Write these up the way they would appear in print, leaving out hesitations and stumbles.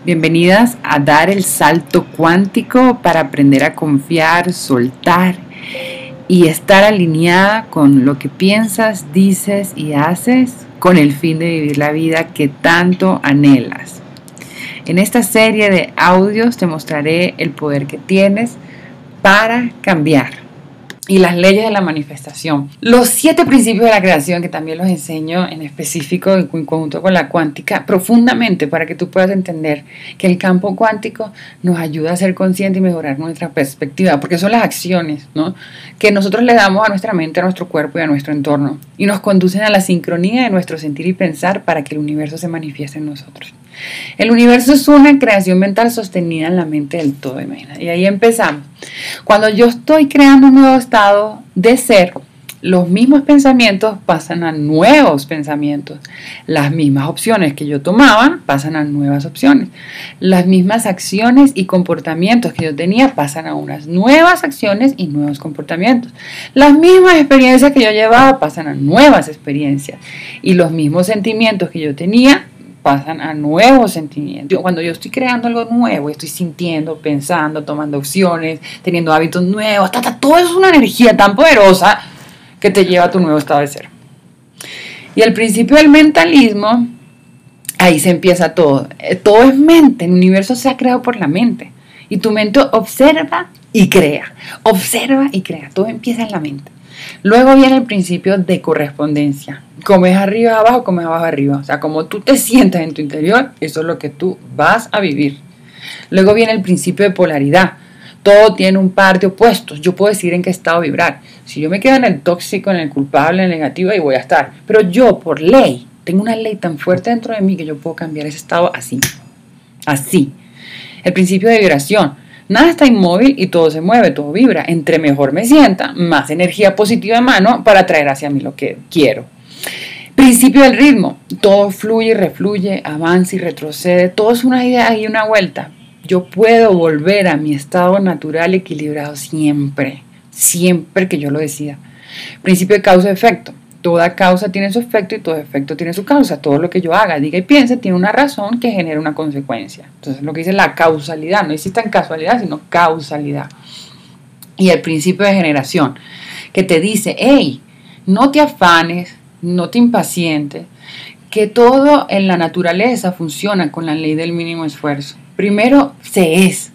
Bienvenidas a dar el salto cuántico para aprender a confiar, soltar y estar alineada con lo que piensas, dices y haces con el fin de vivir la vida que tanto anhelas. En esta serie de audios te mostraré el poder que tienes para cambiar y las leyes de la manifestación. Los 7 principios de la creación, que también los enseño en específico en conjunto con la cuántica, profundamente para que tú puedas entender que el campo cuántico nos ayuda a ser conscientes y mejorar nuestra perspectiva, porque son las acciones, ¿no?, que nosotros le damos a nuestra mente, a nuestro cuerpo y a nuestro entorno, y nos conducen a la sincronía de nuestro sentir y pensar para que el universo se manifieste en nosotros. El universo es una creación mental sostenida en la mente del todo, imagínate. Y ahí empezamos. Cuando yo estoy creando un nuevo estado de ser, los mismos pensamientos pasan a nuevos pensamientos. Las mismas opciones que yo tomaba pasan a nuevas opciones. Las mismas acciones y comportamientos que yo tenía pasan a unas nuevas acciones y nuevos comportamientos. Las mismas experiencias que yo llevaba pasan a nuevas experiencias. Y los mismos sentimientos que yo tenía pasan a nuevos sentimientos. Cuando yo estoy creando algo nuevo, estoy sintiendo, pensando, tomando opciones, teniendo hábitos nuevos, todo eso es una energía tan poderosa que te lleva a tu nuevo estado de ser. Y el principio del mentalismo, ahí se empieza todo. Todo es mente, el universo se ha creado por la mente. Y tu mente observa y crea, todo empieza en la mente. Luego viene el principio de correspondencia. Como es arriba abajo, como es abajo arriba. O sea, como tú te sientas en tu interior, eso es lo que tú vas a vivir. Luego viene el principio de polaridad. Todo tiene un par de opuestos. Yo puedo decir en qué estado vibrar. Si yo me quedo en el tóxico, en el culpable, en el negativo, ahí voy a estar. Pero yo, por ley, tengo una ley tan fuerte dentro de mí que yo puedo cambiar ese estado así. Así. El principio de vibración. Nada está inmóvil y todo se mueve, todo vibra. Entre mejor me sienta, más energía positiva emano para atraer hacia mí lo que quiero. Principio del ritmo. Todo fluye y refluye, avanza y retrocede. Todo es una idea y una vuelta. Yo puedo volver a mi estado natural equilibrado siempre que yo lo decida. Principio de causa-efecto. Toda causa tiene su efecto y todo efecto tiene su causa. Todo lo que yo haga, diga y piense tiene una razón que genera una consecuencia. Entonces, lo que dice la causalidad, no existe casualidad, sino causalidad. Y el principio de generación, que te dice, hey, no te afanes, no te impacientes, que todo en la naturaleza funciona con la ley del mínimo esfuerzo. Primero, se es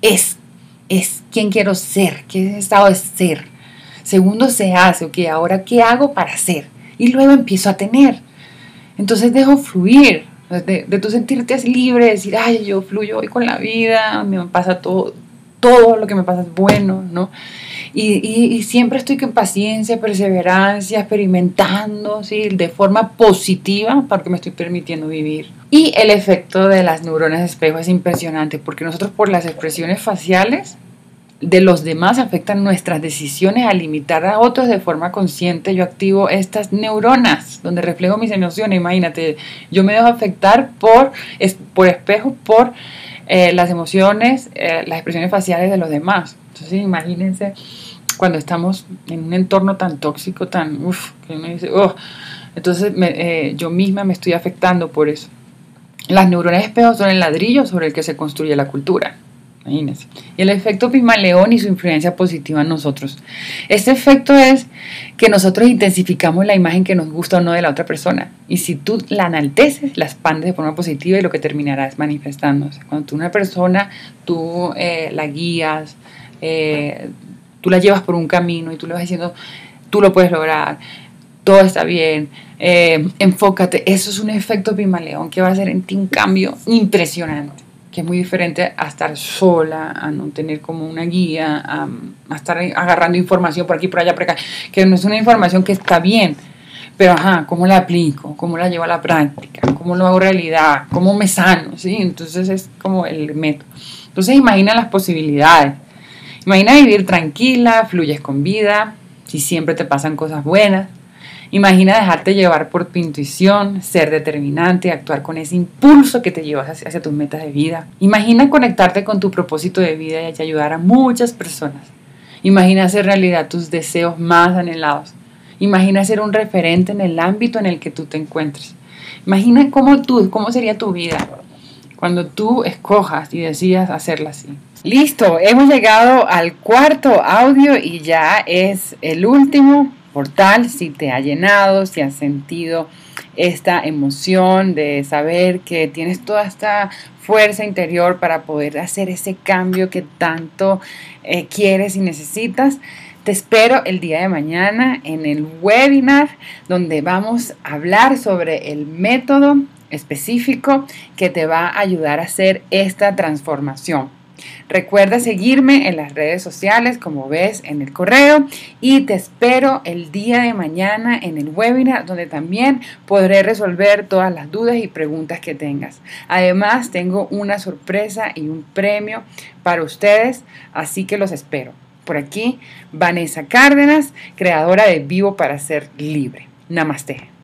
quién quiero ser, qué estado de ser. Segundo, se hace, ok, ahora ¿qué hago para hacer? Y luego empiezo a tener. Entonces dejo fluir, de tu sentirte libre, decir, ay, yo fluyo hoy con la vida, me pasa todo lo que me pasa es bueno, ¿no? Y siempre estoy con paciencia, perseverancia, experimentando, ¿sí?, de forma positiva, porque me estoy permitiendo vivir. Y el efecto de las neuronas de espejo es impresionante, porque nosotros por las expresiones faciales de los demás afectan nuestras decisiones. Al limitar a otros de forma consciente, yo activo estas neuronas donde reflejo mis emociones. Imagínate, yo me dejo afectar por espejo, por las emociones, las expresiones faciales de los demás. Entonces imagínense cuando estamos en un entorno tan tóxico, que uno dice, entonces yo misma me estoy afectando por eso. Las neuronas de espejo son el ladrillo sobre el que se construye la cultura. Imagínense. Y el efecto Pigmaleón y su influencia positiva en nosotros. Este efecto es que nosotros intensificamos la imagen que nos gusta o no de la otra persona. Y si tú la enalteces, la expandes de forma positiva y lo que terminará es manifestándose. Cuando tú una persona, tú la guías, tú la llevas por un camino y tú le vas diciendo, tú lo puedes lograr, todo está bien, enfócate. Eso es un efecto Pigmaleón que va a hacer en ti un cambio impresionante, que es muy diferente a estar sola, a no tener como una guía, a estar agarrando información por aquí, por allá, por acá, que no es una información que está bien, pero ¿cómo la aplico? ¿Cómo la llevo a la práctica? ¿Cómo lo hago realidad? ¿Cómo me sano? ¿Sí? Entonces es como el método. Entonces imagina las posibilidades. Imagina vivir tranquila, fluyes con vida, si siempre te pasan cosas buenas. Imagina dejarte llevar por tu intuición, ser determinante, actuar con ese impulso que te llevas hacia tus metas de vida. Imagina conectarte con tu propósito de vida y ayudar a muchas personas. Imagina hacer realidad tus deseos más anhelados. Imagina ser un referente en el ámbito en el que tú te encuentres. Imagina cómo sería tu vida cuando tú escojas y decidas hacerla así. Listo, hemos llegado al cuarto audio y ya es el último. Por tal, si te ha llenado, si has sentido esta emoción de saber que tienes toda esta fuerza interior para poder hacer ese cambio que tanto quieres y necesitas, te espero el día de mañana en el webinar donde vamos a hablar sobre el método específico que te va a ayudar a hacer esta transformación. Recuerda seguirme en las redes sociales, como ves en el correo, y te espero el día de mañana en el webinar donde también podré resolver todas las dudas y preguntas que tengas. Además, tengo una sorpresa y un premio para ustedes, así que los espero. Por aquí, Vanessa Cárdenas, creadora de Vivo para Ser Libre. Namaste.